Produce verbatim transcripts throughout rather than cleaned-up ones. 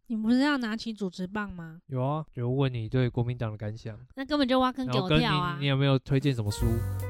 你不是要拿起主持棒吗？ 有啊，就问你对国民党的感想。 那根本就挖坑给我跳啊！ 你, 你有没有推荐什么书？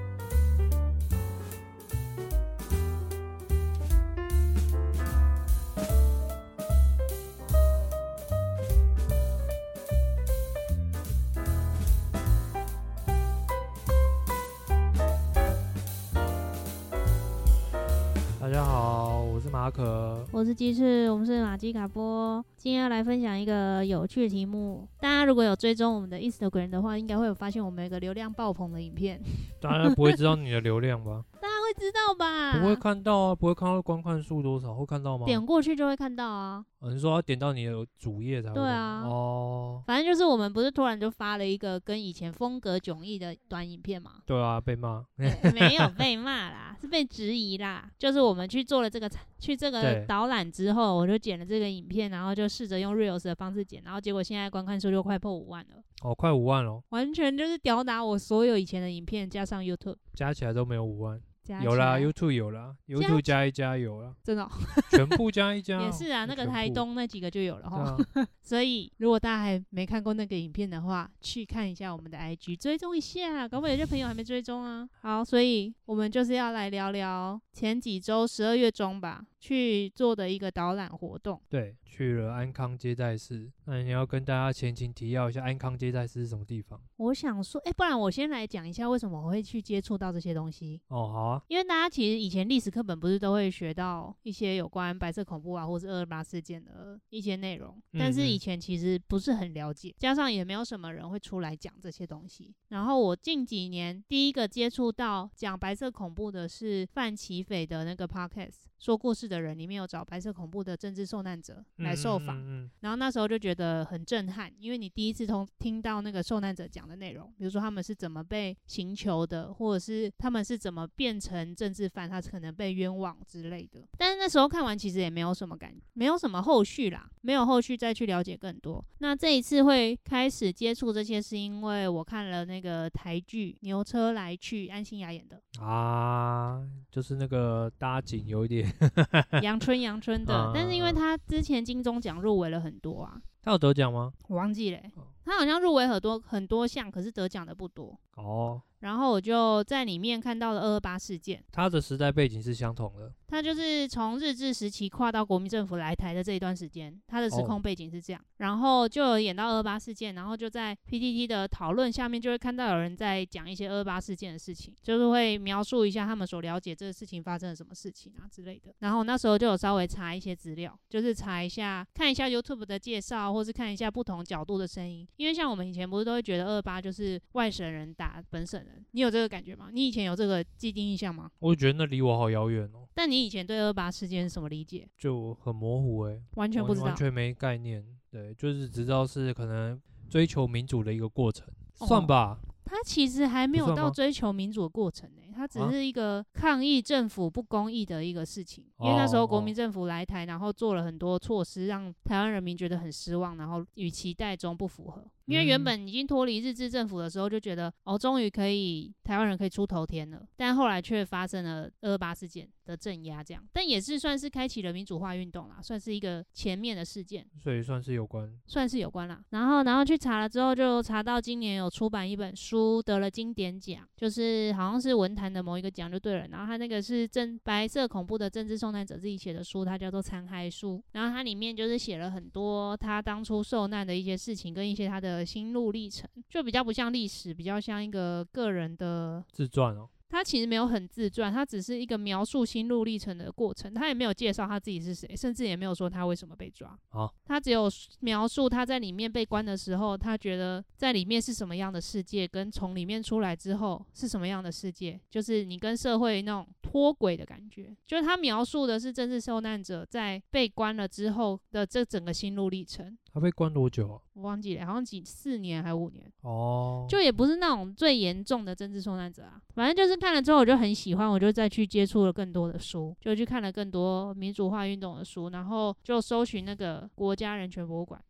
大家好，我是马可， 我是鸡翅，我们是马基卡波。今天要来分享一个有趣的题目。大家如果有追踪我们的 Instagram 的话，应该会有发现我们有一个流量爆棚的影片。 大家不会知道你的流量吧？ 大家会知道吧？ 不会看到啊，不会看到观看数多少，会看到吗？ 点过去就会看到啊。 哦、你说要点到你的主页才会？ 对啊。 哦。 反正就是我们不是突然就发了一个跟以前风格迥异的短影片嘛？ 对啊，被骂。 没有被骂啦，是被质疑啦。就是我们去做了这个去这个导览之后，我就剪了这个影片，然后就试着用 Reels 的方式剪，然后结果现在观看数就快破五万了。 哦，快五万了， 完全就是吊打我所有以前的影片加上 YouTube 加起来都没有五万。有啦 ，YouTube 有啦 ，YouTube 加一加有啦， 真的、哦， 全部加一加、哦、 也是啊，那个台东那几个就有了哈。啊、所以如果大家还没看过那个影片的话，去看一下我们的 I G， 追踪一下，搞不好有些朋友还没追踪啊。好，所以我们就是要来聊聊前几周十二月中吧去做的一个导览活动。 对，去了安康接待室。那你要跟大家前情提要一下，安康接待室是什么地方？ 我想说，哎、欸，不然我先来讲一下为什么我会去接触到这些东西。 哦，好啊。 因为大家其实以前历史课本不是都会学到一些有关白色恐怖啊，或是二二八事件的一些内容， 嗯嗯， 但是以前其实不是很了解，加上也没有什么人会出来讲这些东西。然后我近几年第一个接触到讲白色恐怖的是范琪斐的那个 podcast， 说故事的人里面有找白色恐怖的政治受难者来受访， 嗯嗯嗯嗯， 然后那时候就觉得很震撼，因为你第一次通听到那个受难者讲的内容，比如说他们是怎么被刑求的，或者是他们是怎么变成政治犯，他可能被冤枉之类的。但是那时候看完其实也没有什么感觉，没有什么后续啦，没有后续再去了解更多。那这一次会开始接触这些是因为我看了那个台剧《牛车来去》，安心亚演的啊，就是那个搭景有一点阳春阳春的、啊、但是因为他之前金钟奖入围了很多啊。 他有得奖吗？ 我忘记了、欸，他好像入围很多很多项，可是得奖的不多。 哦， 然后我就在里面看到了二二八事件， 他的时代背景是相同的。 他就是从日治时期跨到国民政府来台的这一段时间，他的时空背景是这样。哦、然后就有演到二二八事件，然后就在 P T T 的讨论下面就会看到有人在讲一些二二八事件的事情，就是会描述一下他们所了解这个事情发生了什么事情啊之类的。然后那时候就有稍微查一些资料，就是查一下看一下 YouTube 的介绍，或是看一下不同角度的声音。因为像我们以前不是都会觉得二二八就是外省人打本省人，你有这个感觉吗？你以前有这个既定印象吗？ 我觉得那离我好遥远哦。 但你以前对二二八事件是什么理解？ 就很模糊哎、欸， 完全不知道， 完全没概念。对，就是只知道是可能追求民主的一个过程，哦、算吧。 他其实还没有到追求民主的过程呢、欸，他只是一个抗议政府不公义的一个事情。啊、因为那时候国民政府来台，然后做了很多措施，让台湾人民觉得很失望，然后与期待中不符合。因为原本已经脱离日治政府的时候，就觉得哦，终于可以台湾人可以出头天了，但后来却发生了二二八事件的镇压，这样，但也是算是开启了民主化运动啦，算是一个前面的事件， 所以算是有关， 算是有关啦。然后，然后去查了之后，就查到今年有出版一本书，得了经典奖，就是好像是文坛的某一个奖就对了。然后他那个是政白色恐怖的政治受难者自己写的书，它叫做《残骸书》。然后它里面就是写了很多他当初受难的一些事情，跟一些他的心路历程，就比较不像历史，比较像一个个人的自传哦。 他其实没有很自传，他只是一个描述心路历程的过程，他也没有介绍他自己是谁，甚至也没有说他为什么被抓。 啊、 他只有描述他在里面被关的时候，他觉得在里面是什么样的世界，跟从里面出来之后是什么样的世界，就是你跟社会那种脱轨的感觉。就是他描述的是政治受难者在被关了之后的这整个心路历程。 他被关多久啊？ 我忘记了，好像几四年还五年哦， 就也不是那种最严重的政治受难者啊。反正就是看了之后我就很喜欢，我就再去接触了更多的书，就去看了更多民主化运动的书，然后就搜寻那个国家人权博物馆。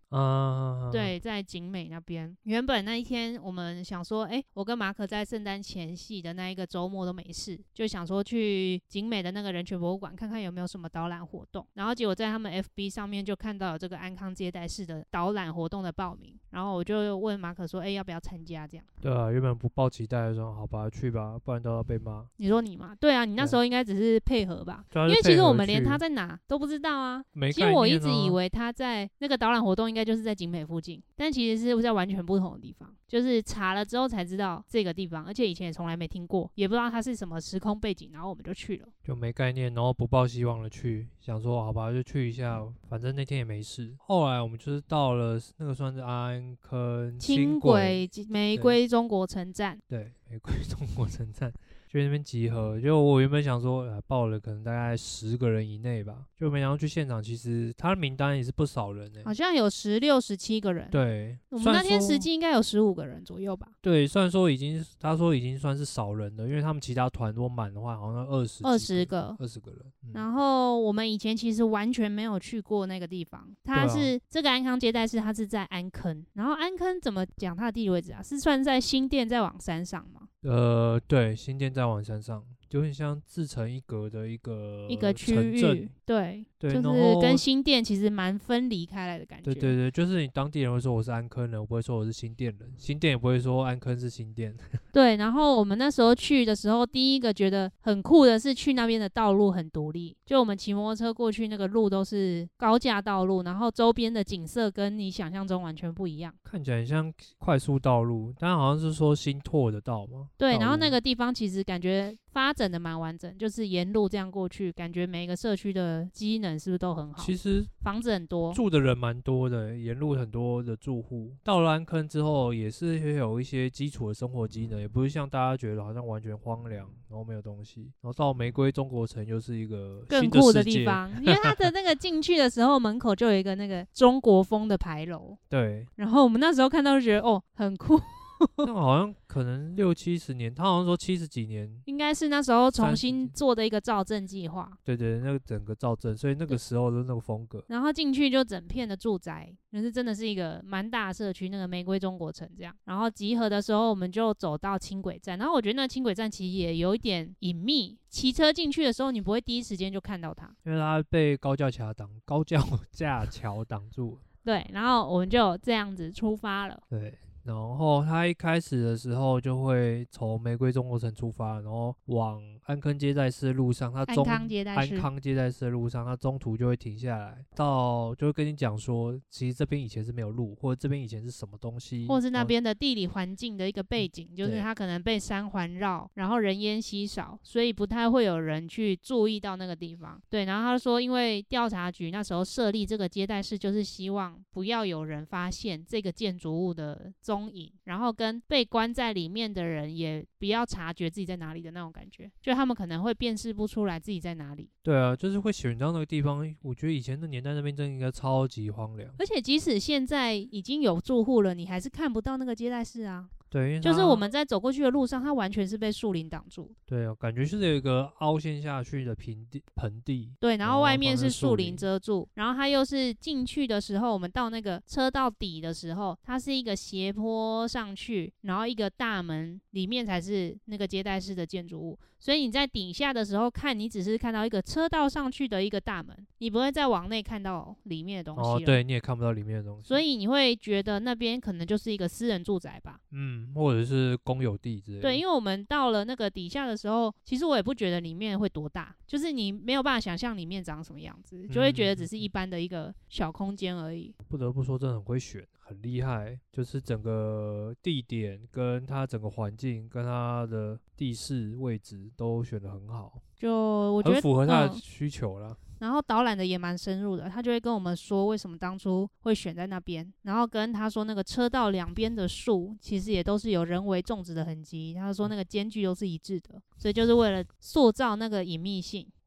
啊， 对，在景美那边。原本那一天我们想说，哎、欸，我跟马可在圣诞前夕的那一个周末都没事，就想说去景美的那个人权博物馆看看有没有什么导览活动。然后结果在他们 F B 上面就看到有这个安康接待室的导览活动的报名，然后我就问马可说，哎、欸，要不要参加这样？ 对啊，原本不抱期待的时候，好吧，去吧，不然都要被骂。 你说你吗？对啊，你那时候应该只是配合吧？ 因为其实我们连他在哪都不知道啊。 没概念啊， 其实我一直以为他在那个导览活动应该就是在景美附近，但其实是在完全不同的地方。就是查了之后才知道这个地方，而且以前也从来没听过，也不知道它是什么时空背景，然后我们就去了， 就没概念，然后不抱希望的去，想说好吧就去一下，反正那天也没事。后来我们就是到了那个算是安坑轻轨玫瑰中国城站， 对，玫瑰中国城站。去那边集合，就我原本想说，呃，报了可能大概十个人以内吧，就没想到去现场，其实他的名单也是不少人诶、欸， 好像有十六、十七个人。 对， 我们那天实际应该有十五个人左右吧。 对，虽然说已经，他说已经算是少人了，因为他们其他团如果满的话，好像二十、 二十个、 二十个人、嗯。 然后我们以前其实完全没有去过那个地方，它是、啊、这个安康接待室，它是在安坑。然后安坑怎么讲它的地理位置啊？是算在新店再往山上吗？ 呃，对，新店再往山上，就很像自成一格的一个一个区域，对， 对， 就是跟新店其实蛮分离开来的感觉。 对对对，就是你当地人会说我是安坑人，我不会说我是新店人，新店也不会说安坑是新店。 对，然后我们那时候去的时候，第一个觉得很酷的是去那边的道路很独立，就我们骑摩托车过去那个路都是高架道路，然后周边的景色跟你想象中完全不一样， 看起来很像快速道路，但好像是说新拓的道嘛。 对，然后那个地方其实感觉发展的蛮完整，就是沿路这样过去，感觉每一个社区的机能是不是都很好？ 其实房子很多， 住的人蛮多的，沿路很多的住户。到了安坑之后，也是会有一些基础的生活机能，也不是像大家觉得好像完全荒凉，然后没有东西。然后到玫瑰中国城又是一个更酷的地方，因为它的那个进去的时候，门口就有一个那个中国风的牌楼。 对， 然后我们那时候看到就觉得哦，很酷。 那好像可能六七十年，他好像说七十几年， 应该是那时候重新做的一个造镇计划。 对对，那个整个造镇，所以那个时候的那个风格。 然后进去就整片的住宅，就是真的是一个蛮大的社区，那个玫瑰中国城这样。然后集合的时候，我们就走到轻轨站，然后我觉得那轻轨站其实也有一点隐秘，骑车进去的时候，你不会第一时间就看到它， 因为它被高架桥挡，高架架桥挡住了。 对，然后我们就这样子出发了。 对。然后他一开始的时候就会从玫瑰中国城出发，然后往安坑接待室的路上，他中安康接待室安康接待室的路上，他中途就会停下来，到就会跟你讲说，其实这边以前是没有路，或者这边以前是什么东西， 或是那边的地理环境的一个背景，就是它可能被山环绕，然后人烟稀少，所以不太会有人去注意到那个地方。对，然后他说，因为调查局那时候设立这个接待室，就是希望不要有人发现这个建筑物的踪影，然后跟被关在里面的人也不要察觉自己在哪里的那种感觉，就他们可能会辨识不出来自己在哪里。 对啊，就是会选到那个地方，我觉得以前的年代那边真的应该超级荒凉， 而且即使现在已经有住户了，你还是看不到那个接待室啊。 对， 就是我们在走过去的路上，它完全是被树林挡住。 对啊，感觉是有一个凹陷下去的平地盆地。 对，然后外面是树林遮住，然后它又是进去的时候，我们到那个车道底的时候，它是一个斜坡上去，然后一个大门，里面才是那个接待室的建筑物。所以你在底下的时候看，你只是看到一个车道上去的一个大门，你不会再往内看到里面的东西了。 哦，对，你也看不到里面的东西。 所以你会觉得那边可能就是一个私人住宅吧。 嗯，或者是公有地之类的。 对，因为我们到了那个底下的时候，其实我也不觉得里面会多大，就是你没有办法想象里面长什么样子，就会觉得只是一般的一个小空间而已。 不得不说，真的很会选，很厉害，就是整个地点跟它整个环境跟它的地势位置都选得很好， 就我觉得很符合他的嗯需求啦。 然后导览的也蛮深入的，他就会跟我们说为什么当初会选在那边，然后跟他说那个车道两边的树其实也都是有人为种植的痕迹，他说那个间距都是一致的，所以就是为了塑造那个隐秘性。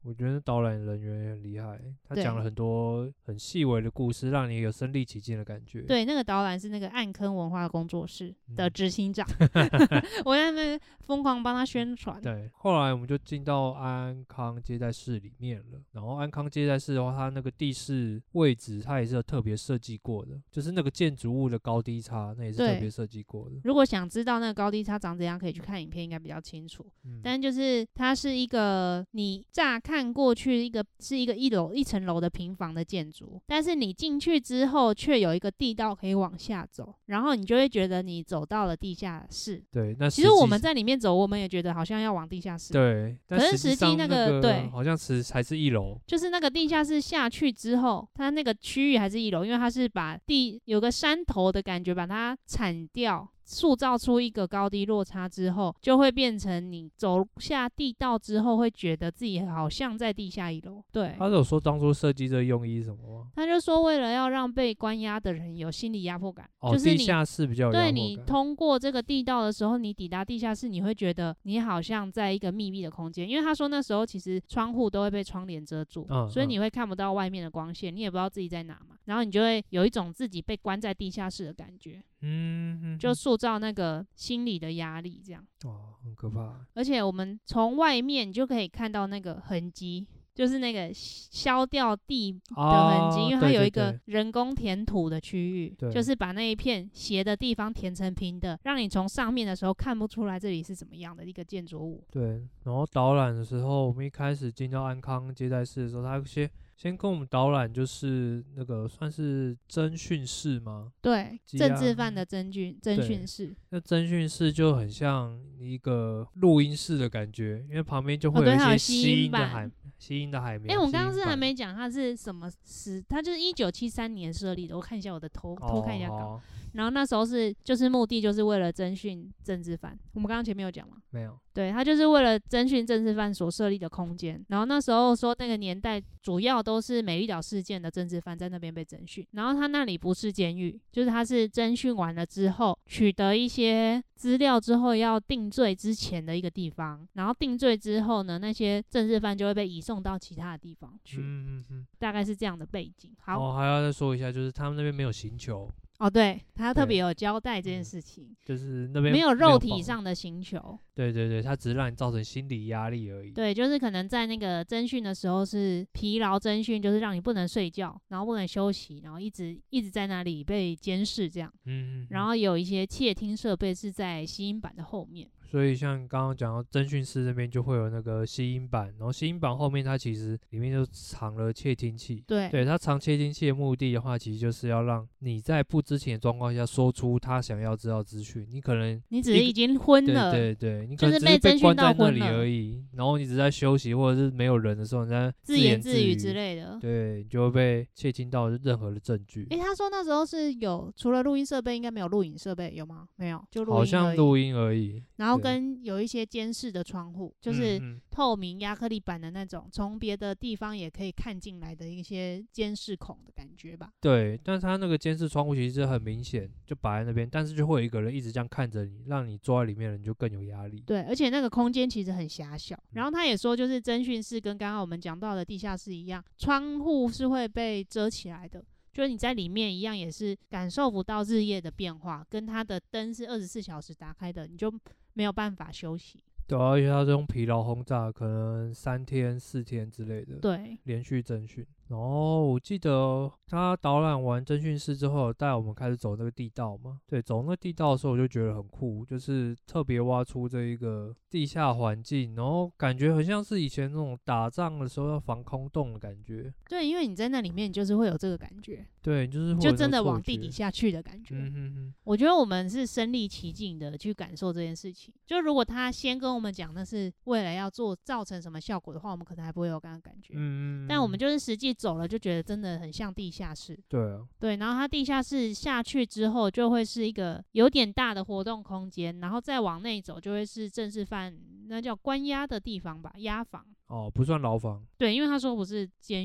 我觉得导览人员也很厉害，他对讲了很多很细微的故事，让你有身临其境的感觉。 对，那个导览是那个暗坑文化工作室的嗯执行长，我在那边疯狂帮他宣传。 对，后来我们就进到安康接待室里面了。然后安康接待室的话，它那个地势位置，它也是有特别设计过的，就是那个建筑物的高低差，那也是特别设计过的。 如果想知道那个高低差长怎样，可以去看影片，应该比较清楚。 嗯、 但就是它是一个你乍看过去一个是一个一楼一层楼的平房的建筑，但是你进去之后却有一个地道可以往下走，然后你就会觉得你走到了地下室。 对，那其实我们在里面走，我们也觉得好像要往地下室。 对，但可是实际那个对， 好像是还是一楼， 就是那个地下室下去之后，它那个区域还是一楼，因为它是把地有个山头的感觉，把它铲掉。塑造出一个高低落差之后，就会变成你走下地道之后，会觉得自己好像在地下一楼。对， 他有说当初设计这个用意是什么吗？ 他就说为了要让被关押的人有心理压迫感， 哦， 就是你地下室比较有压迫对感。 你通过这个地道的时候，你抵达地下室，你会觉得你好像在一个密闭的空间，因为他说那时候其实窗户都会被窗帘遮住， 嗯、 所以你会看不到外面的光线，你也不知道自己在哪嘛，然后你就会有一种自己被关在地下室的感觉。 嗯哼哼， 就塑造那个心理的压力，这样。 哇，很可怕。 而且我们从外面你就可以看到那个痕迹，就是那个削掉地的痕迹， 啊、 因为它有一个对对对人工填土的区域，就是把那一片斜的地方填成平的，让你从上面的时候看不出来这里是怎么样的一个建筑物。 对，然后导览的时候，我们一开始进到安康接待室的时候，他先先跟我们导览，就是那个算是侦讯室吗？ 对，政治犯的侦讯侦讯室。 那侦讯室就很像一个录音室的感觉，因为旁边就会有一些吸音的海、哦、吸音的海绵。 哎、欸，我刚刚是还没讲它是什么时，它就是一九七三年设立的。我看一下我的偷偷看一下稿。 哦然后那时候是就是目的就是为了侦讯政治犯，我们刚刚前面有讲吗？ 没有。 对，他就是为了侦讯政治犯所设立的空间。然后那时候说那个年代主要都是美丽岛事件的政治犯在那边被侦讯，然后他那里不是监狱，就是他是侦讯完了之后取得一些资料之后要定罪之前的一个地方，然后定罪之后呢，那些政治犯就会被移送到其他的地方去。 嗯嗯嗯， 大概是这样的背景。好， 哦，还要再说一下，就是他们那边没有刑求。 哦，对，他特别有交代这件事情， 嗯、就是那边没有肉体上的刑求。 对对对，他只是让你造成心理压力而已。 对，就是可能在那个侦讯的时候是疲劳侦讯，就是让你不能睡觉，然后不能休息，然后一直一直在那里被监视这样。 嗯, 嗯, 嗯， 然后有一些窃听设备是在吸音板的后面。 所以像刚刚讲到侦讯室那边就会有那个吸音板，然后吸音板后面它其实里面就藏了窃听器。 对， 对，它藏窃听器的目的的话，其实就是要让你在不知情的状况下说出他想要知道资讯。你可能你只是已经昏了， 对对对，你可能只是被关在那里而已，然后你只在休息或者是没有人的时候，你在自言自语之类的， 对，你就会被窃听到任何的证据。 诶，他说那时候是有除了录音设备，应该没有录影设备，有吗？没有，就录音而已。 好像录音而已。 然后跟有一些监视的窗户，就是透明亚克力板的那种，从别的地方也可以看进来的一些监视孔的感觉吧。 对，但是他那个监视窗户其实很明显，就摆在那边，但是就会有一个人一直这样看着你，让你坐在里面的人就更有压力。 对，而且那个空间其实很狭小。然后他也说，就是侦讯室跟刚刚我们讲到的地下室一样，窗户是会被遮起来的。就是你在里面一样也是感受不到日夜的变化，跟它的灯是二十四小时打开的，你就没有办法休息。 对啊，而且它这种疲劳轰炸，可能三天四天之类的， 对， 连续侦讯。然后我记得他导览完侦讯室之后，带我们开始走那个地道嘛。对，走那个地道的时候，我就觉得很酷，就是特别挖出这一个地下环境，然后感觉很像是以前那种打仗的时候要防空洞的感觉。 对，因为你在那里面，你就是会有这个感觉。 对，就是会就真的往地底下去的感觉。 嗯哼哼， 我觉得我们是身临其境的去感受这件事情。就如果他先跟我们讲那是为了要做造成什么效果的话，我们可能还不会有刚刚感觉。 嗯嗯。 但我们就是实际走了，就觉得真的很像地下室。 对啊。 对，然后它地下室下去之后，就会是一个有点大的活动空间，然后再往内走，就会是政治犯那叫关押的地方吧，押房。 哦，不算牢房。 对，因为他说不是监狱嘛。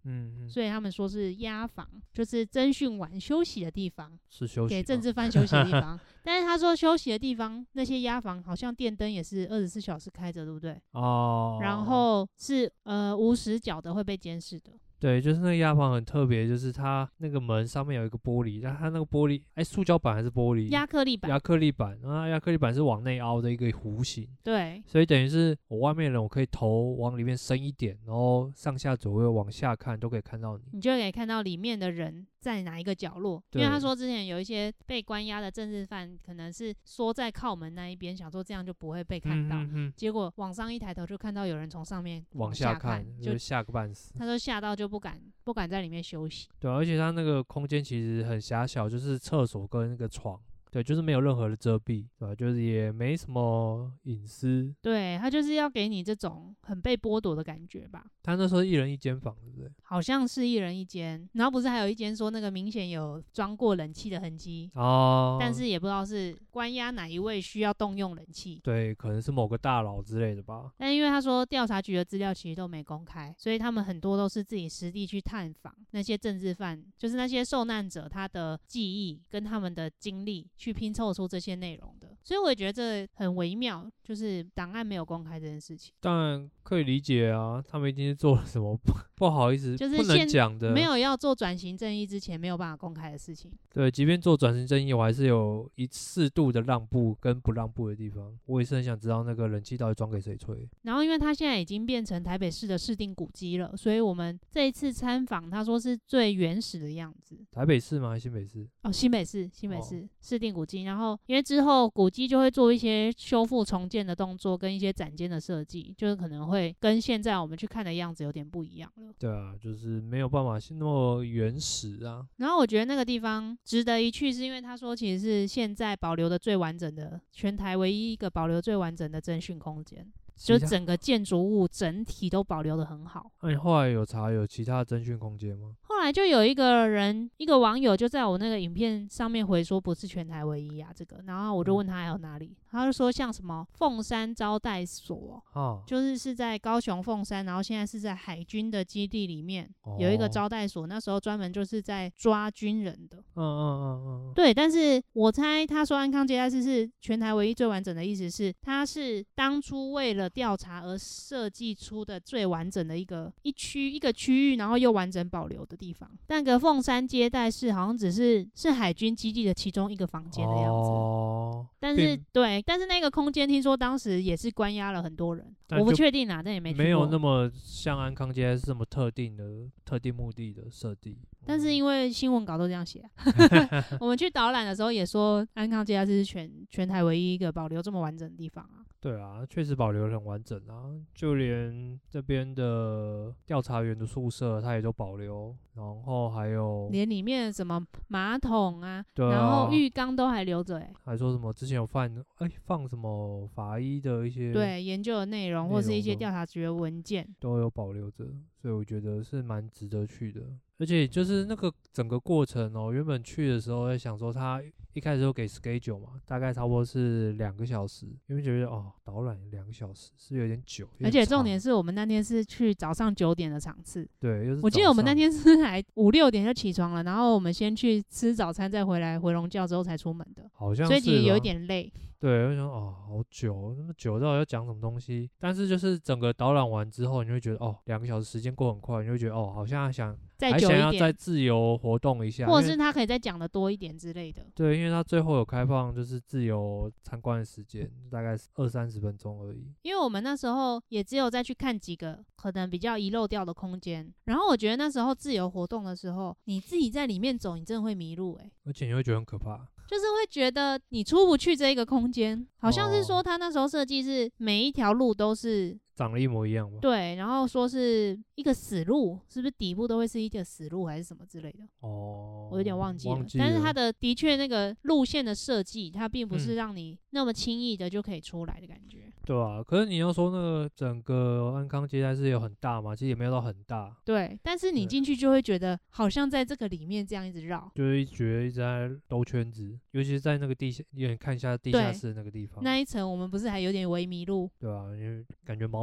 嗯嗯， 所以他们说是押房，就是侦讯完休息的地方， 是休息给政治犯休息的地方。但是他说休息的地方那些押房好像电灯也是二十四小时开着，对不对？ 哦， 然后是呃无死角的，会被监视的。 对，就是那个押房很特别，就是它那个门上面有一个玻璃，但它那个玻璃，哎，塑胶板还是玻璃？ 亚克力板。 亚克力板，然后亚克力板是往内凹的一个弧形， 对， 所以等于是我外面的人，我可以头往里面伸一点，然后上下左右往下看都可以看到你， 你就可以看到里面的人在哪一个角落。因为他说之前有一些被关押的政治犯，可能是缩在靠门那一边，想说这样就不会被看到， 嗯嗯嗯， 结果往上一抬头就看到有人从上面往下看， 就就吓个半死。 他说吓到就不敢不敢在里面休息。 对、啊，而且它那个空间其实很狭小，就是厕所跟那个床。对，就是没有任何的遮蔽，对吧？就是也没什么隐私。 对，他就是要给你这种很被剥夺的感觉吧。 他那时候一人一间房，对不对？ 好像是一人一间，然后不是还有一间说那个明显有装过冷气的痕迹哦， 但是也不知道是关押哪一位需要动用冷气。 对，可能是某个大佬之类的吧。 但因为他说调查局的资料其实都没公开，所以他们很多都是自己实地去探访那些政治犯，就是那些受难者他的记忆跟他们的经历去拼凑出这些内容的。所以我也觉得这很微妙，就是档案没有公开这件事情。 当然可以理解啊，他们一定是做了什么不不好意思， 就是不能讲的， 没有要做转型正义之前没有办法公开的事情。 对，即便做转型正义，我还是有一适度的让步跟不让步的地方。我也是很想知道那个冷气到底装给谁吹。 然后因为它现在已经变成台北市的市定古迹了，所以我们这一次参访，他说是最原始的样子。 台北市吗？还是新北市？ 哦，新北市，新北市市定古迹。然后因为之后古迹就会做一些修复重建的动作，跟一些展间的设计，就是可能会跟现在我们去看的样子有点不一样了。 对啊，就是没有办法那么原始啊。 然后我觉得那个地方值得一去，是因为他说其实是现在保留的最完整的，全台唯一一个保留最完整的侦讯空间。就整个建筑物整体都保留得很好。 那、啊、你后来有查有其他的侦讯空间吗？ 后来就有一个人，一个网友就在我那个影片上面回说，不是全台唯一啊，这个。然后我就问他还有哪里，嗯、他就说像什么凤山招待所，哦、就是是在高雄凤山，然后现在是在海军的基地里面、哦、有一个招待所，那时候专门就是在抓军人的。嗯嗯嗯嗯。对，但是我猜他说安康接待室是全台唯一最完整的意思是，他是当初为了调查而设计出的最完整的一个一区一个区域，然后又完整保留的地方。但个凤山接待室好像只是是海军基地的其中一个房间的样子。哦，但是对，但是那个空间听说当时也是关押了很多人，我不确定啊，但也没去过。 没有那么像安康接待室这么特定的特定目的的设定。 但是因为新闻稿都这样写、啊，我们去导览的时候也说安康接待室是全全台唯一一个保留这么完整的地方啊。 对啊，确实保留得很完整啊，就连这边的调查员的宿舍它也都保留，然后还有连里面什么马桶 啊, 啊然后浴缸都还留着、欸、 还说什么之前有放哎、欸、放什么法医的一些对研究的内容或是一些调查局的文件都有保留着，所以我觉得是蛮值得去的。而且就是那个整个过程哦，原本去的时候在想说，他一开始就给 schedule 嘛，大概差不多是两个小时，因为觉得哦，导览两个小时是有点久， 而且重点是我们那天是去早上九点的场次， 对，又是我记得我们那天是还五六点就起床了，然后我们先去吃早餐，再回来回笼觉之后才出门的， 好像是， 所以其实有一点累。 对，我想哦，好久，那么久到底要讲什么东西？但是就是整个导览完之后，你会觉得哦，两个小时时间过很快，你会觉得哦，好像想再久一点， 还想要再自由活动一下， 或者是他可以再讲的多一点之类的。 对，因为他最后有开放就是自由参观的时间，大概二三十分钟而已。 因为我们那时候也只有再去看几个可能比较遗漏掉的空间，然后我觉得那时候自由活动的时候，你自己在里面走，你真的会迷路哎、欸， 而且你会觉得很可怕。 就是会觉得你出不去这一个空间，好像是说他那时候设计是每一条路都是长得一模一样吗？ 对，然后说是一个死路，是不是底部都会是一个死路还是什么之类的？哦，我有点忘记了。 忘记了， 但是它的的确那个路线的设计，它并不是让你那么轻易的就可以出来的感觉。嗯、 对啊，可是你要说那个整个安康接待室有很大嘛？其实也没有到很大。 对，但是你进去就会觉得好像在这个里面这样一直绕， 就是觉得一直在兜圈子，尤其是在那个地下，有点看一下地下室的那个地方。 那一层我们不是还有点微迷路？ 对啊，因为感觉毛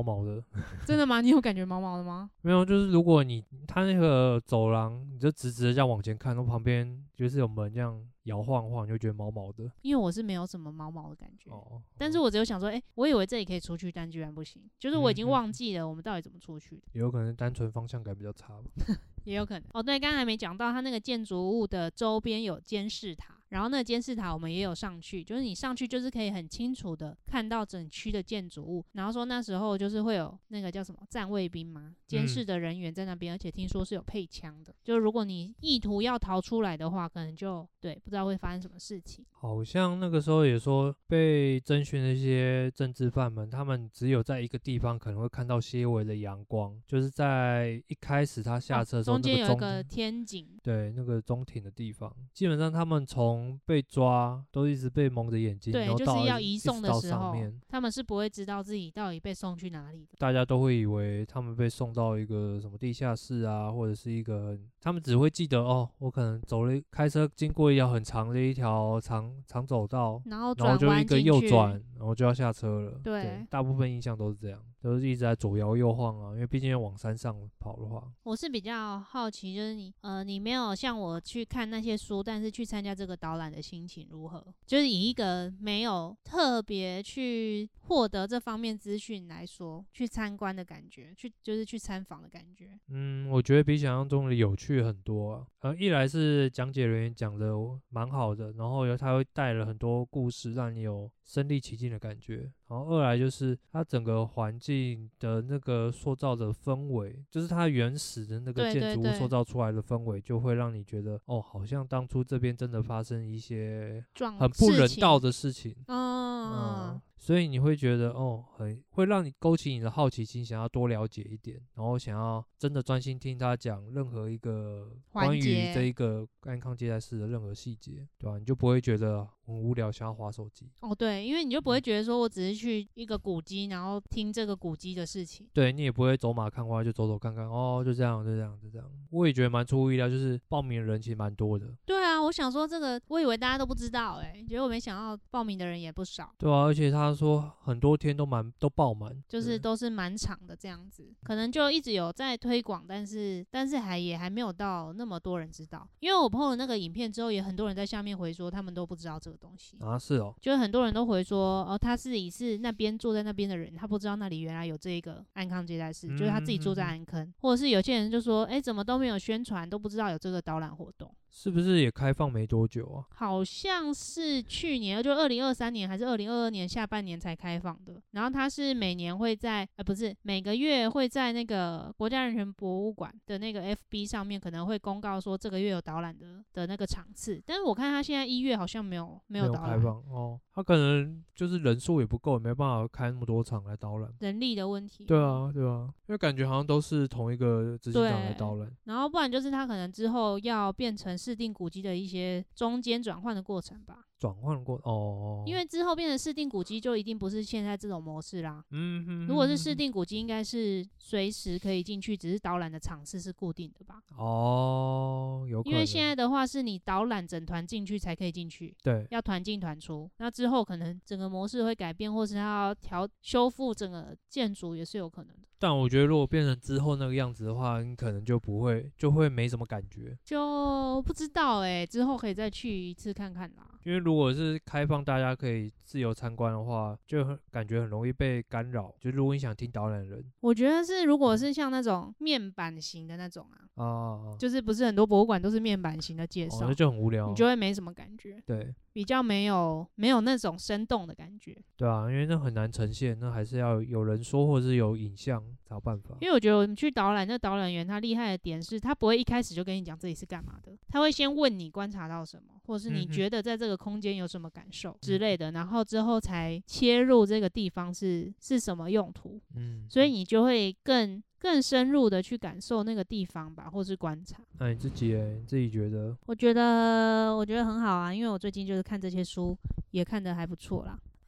毛毛的。 真的吗？你有感觉毛毛的吗？ 没有，就是如果你它那个走廊，你就直直的这样往前看，然后旁边就是有门这样摇晃晃，你就觉得毛毛的。 因为我是没有什么毛毛的感觉， 哦， 但是我只有想说，哎、欸，我以为这里可以出去，但居然不行，就是我已经忘记了我们到底怎么出去的。 也有可能单纯方向感比较差吧。 也有可能哦。对，刚才还没讲到，它那个建筑物的周边有监视塔，然后那个监视塔我们也有上去，就是你上去就是可以很清楚的看到整区的建筑物。然后说那时候就是会有那个叫什么站卫兵嘛，监视的人员在那边、嗯，而且听说是有配枪的，就如果你意图要逃出来的话，可能就对不知道会发生什么事情。 好像那个时候也说被侦讯的一些政治犯们，他们只有在一个地方可能会看到些微的阳光，就是在一开始他下车的时候、 哦、中间有一个那个天井， 对，那个中庭的地方，基本上他们从被抓都一直被蒙着眼睛， 对， 然后就是要移送的时候， 面他们是不会知道自己到底被送去哪里的。 大家都会以为他们被送到一个什么地下室啊，或者是一个，他们只会记得哦，我可能走了开车经过一条很长的一条长长走道， 然后然后就一个右转，然后就要下车了。 对， 对，大部分印象都是这样，都是一直在左摇右晃啊，因为毕竟要往山上跑的话。 我是比较好奇，就是你呃，你没有像我去看那些书，但是去参加这个导览的心情如何？就是以一个没有特别去获得这方面资讯来说，去参观的感觉，去就是去参访的感觉。 嗯，我觉得比想象中的有趣很多啊。呃，一来是讲解人员讲的蛮好的，然后他会带了很多故事，让你有身临其境的感觉。然后二来就是它整个环境的那个塑造的氛围，就是它原始的那个建筑物塑造出来的氛围，就会让你觉得哦，好像当初这边真的发生一些很不人道的事情。 嗯， 嗯，所以你会觉得哦，很会让你勾起你的好奇心，想要多了解一点，然后想要真的专心听他讲任何一个关于这一个安康接待室的任何细节，对吧？你就不会觉得很无聊，想要滑手机。 哦，对，因为你就不会觉得说我只是去一个古迹，然后听这个古迹的事情。 对，你也不会走马看花，就走走看看，哦，就这样，就这样，就这样。我也觉得蛮出乎意料，就是报名的人其实蛮多的。 对啊，我想说这个，我以为大家都不知道、欸，哎，结果没想到报名的人也不少。 对啊，而且他说很多天都满都爆满， 就是都是满场的这样子，可能就一直有在推广，但是但是还也还没有到那么多人知道。因为我碰了那个影片之后，也很多人在下面回说他们都不知道这个东西啊，是哦， 就是很多人都回说，哦，他自己是那边坐在那边的人，他不知道那里原来有这一个安康接待室，嗯、就是他自己住在安坑，或者是有些人就说，哎、欸，怎么都没有宣传，都不知道有这个导览活动。 是不是也开放没多久啊？ 好像是去年，就二零二三年还是二零二二年下半年才开放的。然后它是每年会在，呃，不是每个月会在那个国家人权博物馆的那个 F B 上面可能会公告说这个月有导览的的那个场次。但是我看它现在一月好像没有没有导览没有开放哦，它可能就是人数也不够，也没办法开那么多场来导览， 人力的问题。 对啊，对啊，因为感觉好像都是同一个执行长来导览。 然后不然就是他可能之后要变成市定古迹的一些中间转换的过程吧。 转换过哦， 因为之后变成市定古迹就一定不是现在这种模式啦。 嗯哼， 如果是市定古迹，应该是随时可以进去，只是导览的场次是固定的吧？ 哦，有可能。 因为现在的话是你导览整团进去才可以进去， 对， 要团进团出。那之后可能整个模式会改变，或是它要调修复整个建筑也是有可能的。 但我觉得如果变成之后那个样子的话，你可能就不会，就会没什么感觉。 就不知道哎、欸，之后可以再去一次看看啦。 因为如果是开放大家可以自由参观的话，就很感觉很容易被干扰。就如果你想听导览的人， 我觉得是如果是像那种面板型的那种啊， 啊， 就是不是很多博物馆都是面板型的介绍、 哦，那就很无聊， 你就会没什么感觉。 对， 比较没有没有那种生动的感觉。 对啊，因为那很难呈现，那还是要有人说或者是有影像才有办法。 因为我觉得我们去导览，那导览员他厉害的点是他不会一开始就跟你讲这里是干嘛的，他会先问你观察到什么，或者是你觉得在这个空间有什么感受之类的，然后之后才切入这个地方是是什么用途。嗯，所以你就会更更深入的去感受那个地方吧，或是观察。 那你自己欸，你自己觉得？ 我觉得我觉得很好啊，因为我最近就是看这些书也看得还不错啦。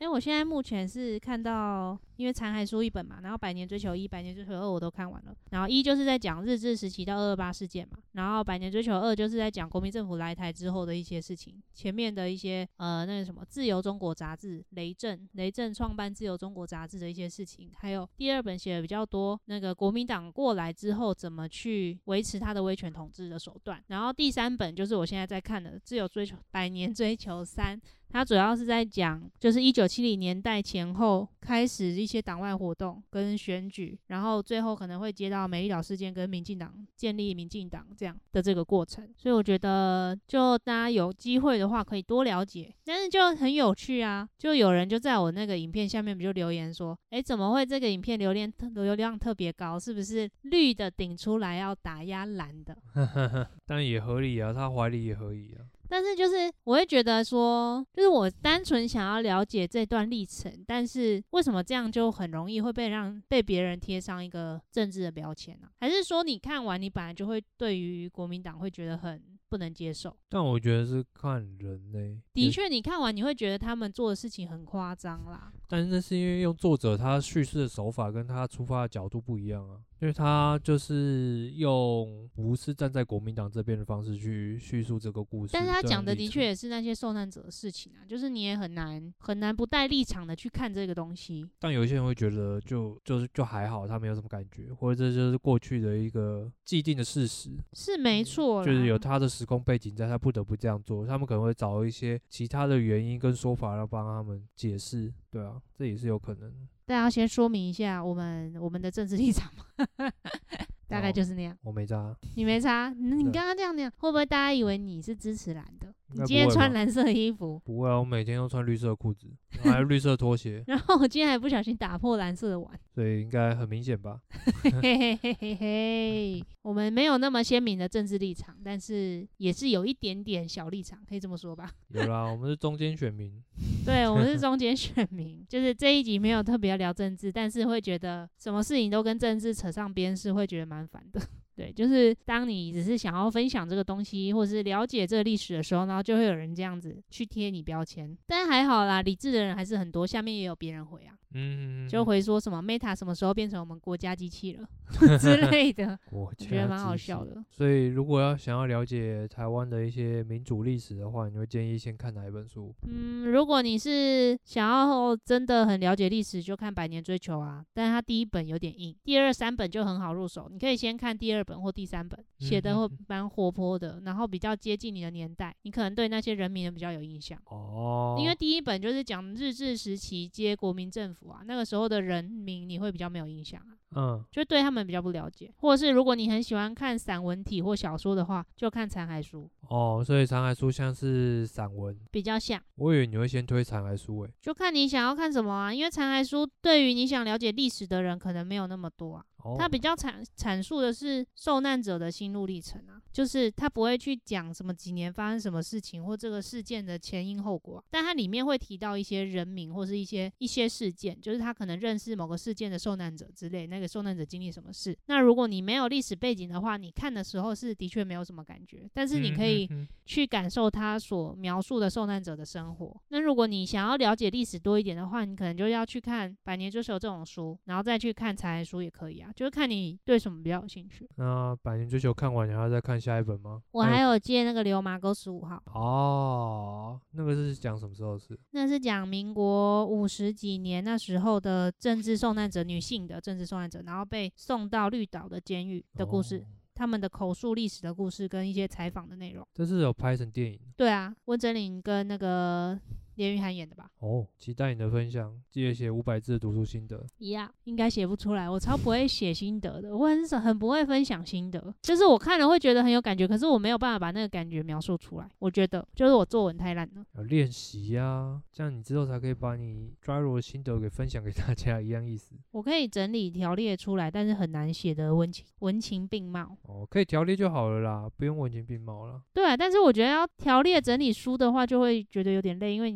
哎、欸，我现在目前是看到，因为残骸书一本嘛，然后百年追求一、百年追求二我都看完了，然后一就是在讲日治时期到二二八事件嘛，然后百年追求二就是在讲国民政府来台之后的一些事情，前面的一些呃那个什么自由中国杂志，雷震雷震创办自由中国杂志的一些事情，还有第二本写的比较多那个国民党过来之后怎么去维持他的威权统治的手段，然后第三本就是我现在在看的自由追求百年追求三，它主要是在讲就是一九七零年代前后开始一些党外活动跟选举，然后最后可能会接到美丽岛事件跟民进党建立民进党这样的这个过程，所以我觉得就大家有机会的话可以多了解，但是就很有趣啊，就有人就在我那个影片下面不就留言说，诶，怎么会这个影片流量流量特别高，是不是绿的顶出来要打压蓝的？ 但也合理啊，他怀里也合理啊。 但是就是我会觉得说，就是我单纯想要了解这段历程，但是为什么这样就很容易会被让被别人贴上一个政治的标签呢、啊？还是说你看完你本来就会对于国民党会觉得很不能接受？ 但我觉得是看人呢、欸。 的确，你看完你会觉得他们做的事情很夸张啦。 但是那是因为用作者他叙事的手法跟他出发的角度不一样啊，因为他就是用不是站在国民党这边的方式去叙述这个故事， 但是他讲的的确也是那些受难者的事情啊，就是你也很难很难不带立场的去看这个东西。 但有一些人会觉得就就是就还好，他没有什么感觉，或者这就是过去的一个既定的事实， 是没错啦， 就是有他的时空背景在，他不得不这样做，他们可能会找一些其他的原因跟说法来帮他们解释，对啊，这也是有可能的。 大家先说明一下我们我们的政治立场嘛，大概就是那样。 哦、我没差， 你没差，你刚刚这样讲，会不会大家以为你是支持蓝的？你今天不穿蓝色的衣服？ 不会啊，我每天都穿绿色的裤子，还有绿色的拖鞋。 然后我今天还不小心打破蓝色的碗， 所以应该很明显吧？ 嘿嘿嘿嘿嘿，我们没有那么鲜明的政治立场，但是也是有一点点小立场，可以这么说吧？ 有啦，我们是中间选民。 对，我们是中间选民，就是这一集没有特别聊政治，但是会觉得什么事情都跟政治扯上边是会觉得蛮烦的。对，就是当你只是想要分享这个东西，或是了解这个历史的时候，然后就会有人这样子去贴你标签。但还好啦，理智的人还是很多，下面也有别人回啊， 嗯， 就回说什么 Meta 什么时候变成我们国家机器了之类的，我觉得蛮好笑的。 所以如果要想要了解台湾的一些民主历史的话，你会建议先看哪一本书？ 嗯，如果你是想要真的很了解历史，就看《百年追求》啊，但是它第一本有点硬，第二三本就很好入手，你可以先看第二本或第三本，写的会蛮活泼的，然后比较接近你的年代，你可能对那些人民比较有印象哦。因为第一本就是讲日治时期接国民政府啊，那个时候的人民你会比较没有印象啊。嗯，就对他们比较不了解，或者是如果你很喜欢看散文体或小说的话，就看残骸书。 哦，所以残骸书像是散文， 比较像。 我以为你会先推残骸书诶， 就看你想要看什么啊，因为残骸书对于你想了解历史的人可能没有那么多啊。哦、它比较阐阐述的是受难者的心路历程啊，就是他不会去讲什么几年发生什么事情或这个事件的前因后果、啊，但它里面会提到一些人名或是一些一些事件，就是他可能认识某个事件的受难者之类，那个受难者经历什么事。那如果你没有历史背景的话，你看的时候是的确没有什么感觉，但是你可以去感受他所描述的受难者的生活。那如果你想要了解历史多一点的话，你可能就要去看《百年追求》这种书，然后再去看残骸书也可以啊，就是看你对什么比较有兴趣。 那《百年追求》看完，你还要再看下一本吗？ 我还有借那个《流麻沟十五号》 哦，那个是讲什么时候的事？ 那是讲民国五十几年那时候的政治受难者，女性的政治受难者，然后被送到绿岛的监狱的故事。哦，他们的口述历史的故事跟一些采访的内容。 这是有拍成电影？ 对啊，温真菱跟那个连俞涵演的吧。 哦，期待你的分享，记得写五百字的读书心得。 一样，应该写不出来，我超不会写心得的，我很少很不会分享心得，就是我看了会觉得很有感觉，可是我没有办法把那个感觉描述出来，我觉得就是我作文太烂了。 要练习啊，这样你之后才可以把你抓入的心得给分享给大家，一样意思。 我可以整理条列出来，但是很难写得文情文情并茂。 哦，可以条列就好了啦，不用文情并茂啦。 对啊，但是我觉得要条列整理书的话，就会觉得有点累，因为你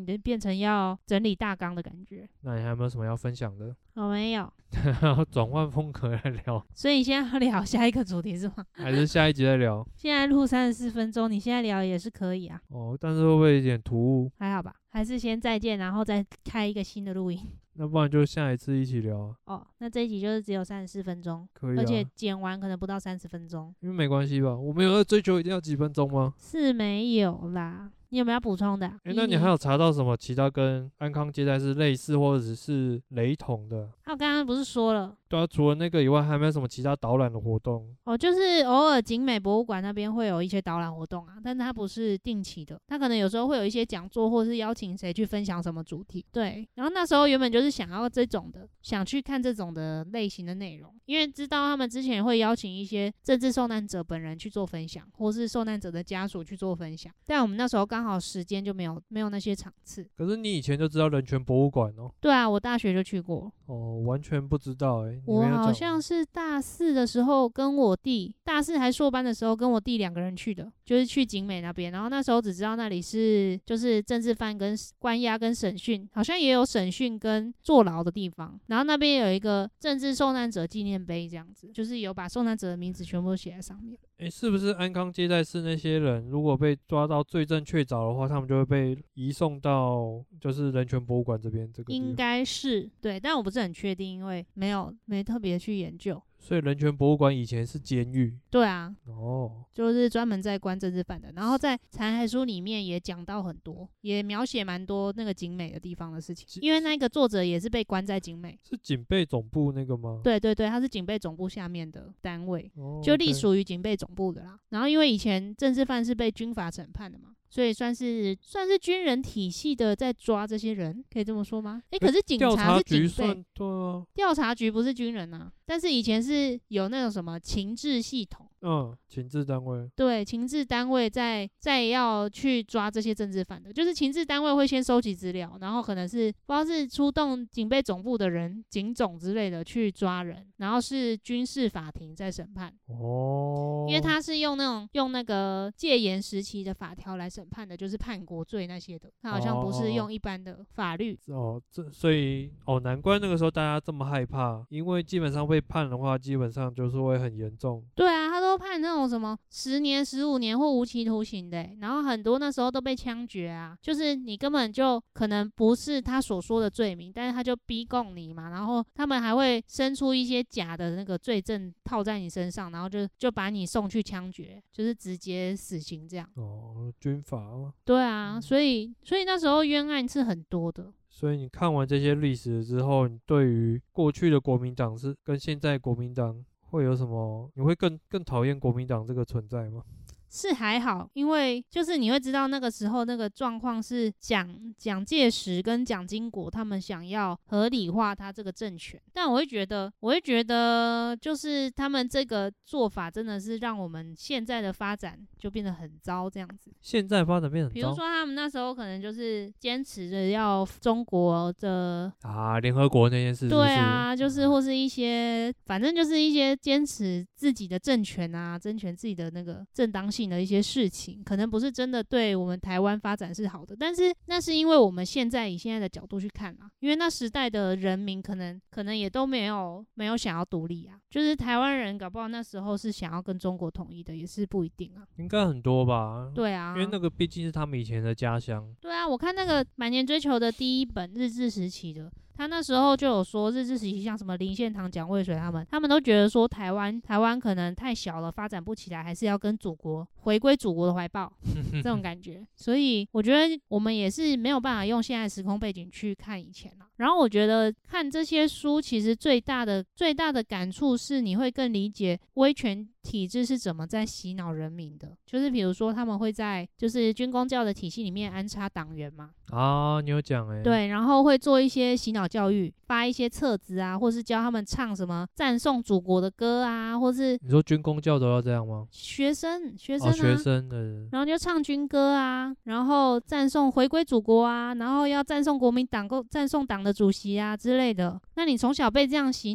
就变成要整理大纲的感觉。 那你还有没有什么要分享的？ 我没有。 转换风格来聊， 所以你现在要聊下一个主题是吗？ 还是下一集再聊？ 现在录三十四分钟，你现在聊也是可以啊。 哦，但是会不会有点突兀？ 还好吧，还是先再见，然后再开一个新的录音。 那不然就下一次一起聊啊。 哦，那这一集就是只有三十四分钟， 可以啊， 而且剪完可能不到三十分钟。 因为没关系吧？我们有在追求一定要几分钟吗？ 是没有啦。你有没有要补充的、啊？ 哎、欸，那你还有查到什么其他跟安康接待是类似或者是雷同的？ 啊，我刚刚不是说了？ 对啊，除了那个以外，还有没有什么其他导览的活动？ 哦，就是偶尔景美博物馆那边会有一些导览活动啊，但它不是定期的，它可能有时候会有一些讲座，或是邀请谁去分享什么主题。对，然后那时候原本就是想要这种的，想去看这种的类型的内容，因为知道他们之前会邀请一些政治受难者本人去做分享，或是受难者的家属去做分享，但我们那时候刚好时间就没有没有那些场次。 可是你以前就知道人权博物馆哦？ 对啊，我大学就去过。 哦，完全不知道哎、欸。 我好像是大四的时候跟我弟，大四还硕班的时候跟我弟两个人去的，就是去景美那边。然后那时候只知道那里是就是政治犯跟关押跟审讯，好像也有审讯跟坐牢的地方。然后那边有一个政治受难者纪念碑，这样子，就是有把受难者的名字全部都写在上面。 哎、欸，是不是安康接待室那些人如果被抓到罪证确凿的话，他们就会被移送到就是人权博物馆这边？这个应该是对，但我不是很确定，因为没有没特别去研究。 所以人权博物馆以前是监狱？ 对啊， 哦， 就是专门在关政治犯的。然后在残骸书里面也讲到很多，也描写蛮多那个景美的地方的事情。因为那个作者也是被关在景美， 是警备总部那个吗？ 对对对，他是警备总部下面的单位， 哦、 就隶属于警备总部的啦。然后因为以前政治犯是被军法审判的嘛，所以算是算是军人体系的在抓这些人，可以这么说吗？哎、欸，可是警察是警备， 对啊， 调查局不是军人啊，但是以前是有那种什么情治系统， 嗯，情治单位， 对，情治单位在在要去抓这些政治犯的，就是情治单位会先收集资料，然后可能是不知道是出动警备总部的人、警总之类的去抓人，然后是军事法庭在审判。 哦， 因为他是用那种用那个戒严时期的法条来审判的，就是叛国罪那些的，他好像不是用一般的法律。 哦，这所以哦，难怪那个时候大家这么害怕，因为基本上被判的话，基本上就是会很严重。 对啊，他都判那种什么十年、十五年或无期徒刑的，然后很多那时候都被枪决啊，就是你根本就可能不是他所说的罪名，但是他就逼供你嘛，然后他们还会生出一些假的那个罪证套在你身上，然后就就把你送去枪决，就是直接死刑这样。 哦，军法吗？ 对啊，所以所以那时候冤案是很多的。 所以你看完这些历史之后，你对于过去的国民党是跟现在国民党会有什么？你会更更讨厌国民党这个存在吗？ 是还好，因为就是你会知道那个时候那个状况是蒋蒋介石跟蒋经国他们想要合理化他这个政权，但我会觉得我会觉得就是他们这个做法真的是让我们现在的发展就变得很糟这样子。 现在发展变得很糟， 比如说他们那时候可能就是坚持着要中国的啊联合国那件事是不是， 对啊，就是或是一些反正就是一些坚持自己的政权啊，争取自己的那个正当性的一些事情，可能不是真的对我们台湾发展是好的，但是那是因为我们现在以现在的角度去看啊，因为那时代的人民可能可能也都没有没有想要独立啊，就是台湾人搞不好那时候是想要跟中国统一的，也是不一定啊， 应该很多吧。 对啊， 因为那个毕竟是他们以前的家乡。 对啊，我看那个满年追求的第一本日治时期的，他那时候就有说日治时期像什么林献堂、蒋渭水他们，他们都觉得说台湾台湾可能太小了，发展不起来，还是要跟祖国回归祖国的怀抱这种感觉。所以我觉得我们也是没有办法用现在时空背景去看以前啦。然后我觉得看这些书，其实最大的最大的感触是你会更理解威权体制是怎么在洗脑人民的。就是比如说他们会在就是军公教的体系里面安插党员嘛。 啊，你有讲哎、欸。 对，然后会做一些洗脑教育，发一些册子啊，或是教他们唱什么赞颂祖国的歌啊，或是你说军公教都要这样吗？ 学生学生啊， 哦、学生的， 然后就唱军歌啊，然后赞颂回归祖国啊，然后要赞颂国民党、赞颂党的主席啊之类的。那你从小被这样洗脑，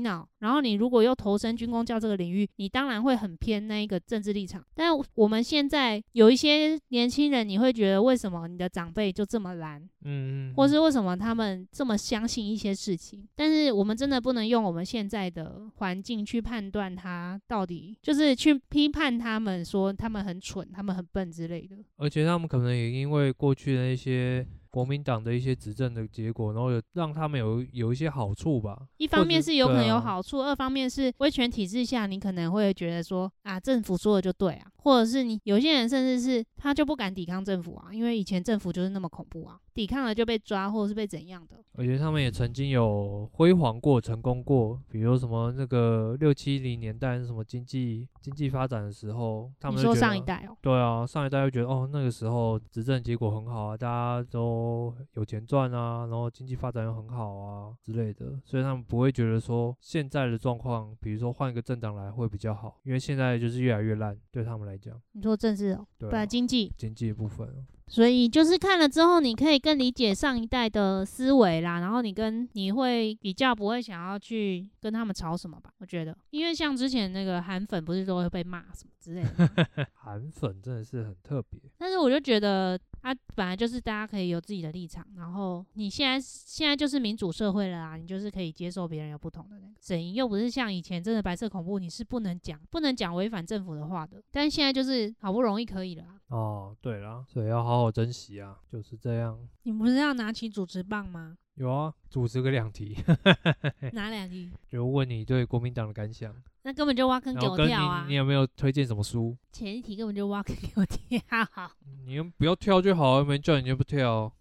然后你如果又投身军公教这个领域，你当然会很偏那一个政治立场。但我们现在有一些年轻人，你会觉得为什么你的长辈就这么蓝， 嗯嗯， 或是为什么他们这么相信一些事情？但是我们真的不能用我们现在的环境去判断他到底，就是去批判他们说他们很蠢，他们很笨之类的。 而且他们可能也因为过去的一些国民党的一些执政的结果，然后有让他们有有一些好处吧。 一方面是有可能有好处， 啊、 二方面是威权体制下，你可能会觉得说啊，政府说的就对啊，或者是你有些人甚至是他就不敢抵抗政府啊，因为以前政府就是那么恐怖啊，抵抗了就被抓或者是被怎样的。 而且他们也曾经有辉煌过、成功过，比如什么那个六七零年代什么经济经济发展的时候，他们你说就觉得上一代哦？ 对啊，上一代就觉得哦，那个时候执政结果很好啊，大家都有钱赚啊，然后经济发展又很好啊之类的，所以他们不会觉得说现在的状况，比如说换一个政党来会比较好，因为现在就是越来越烂，对他们来讲。 你说政治哦？ 对啊， 不然经济经济的部分。 所以就是看了之后，你可以更理解上一代的思维啦，然后你跟你会比较不会想要去跟他们吵什么吧？我觉得，因为像之前那个韩粉不是都会被骂什么之类的， 韩粉真的是很特别。 但是我就觉得他本来就是大家可以有自己的立场，然后你现在现在就是民主社会了啊，你就是可以接受别人有不同的那个声音，又不是像以前真的白色恐怖，你是不能讲不能讲违反政府的话的，但现在就是好不容易可以了啊。 哦，对啦，所以要好好珍惜啊，就是这样。 你不是要拿起主持棒吗？ 有啊，主持个两题， 哪两题？ 就问你对国民党的感想， 那根本就挖坑给我跳啊！ 你你有没有推荐什么书？ 前一题根本就挖坑给我跳， 你不要跳就好，没叫你就不跳。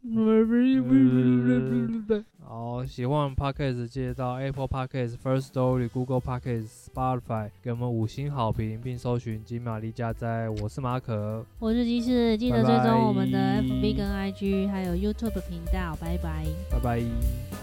好，喜欢我们 Podcast 记得到 Apple Podcast、First Story、Google Podcast、Spotify 给我们五星好评，并搜寻金玛丽加哉。我是马可， 我是鸡翅，记得追拜拜踪我们的 F B 跟 I G， 还有 YouTube 频道。拜拜， 拜拜。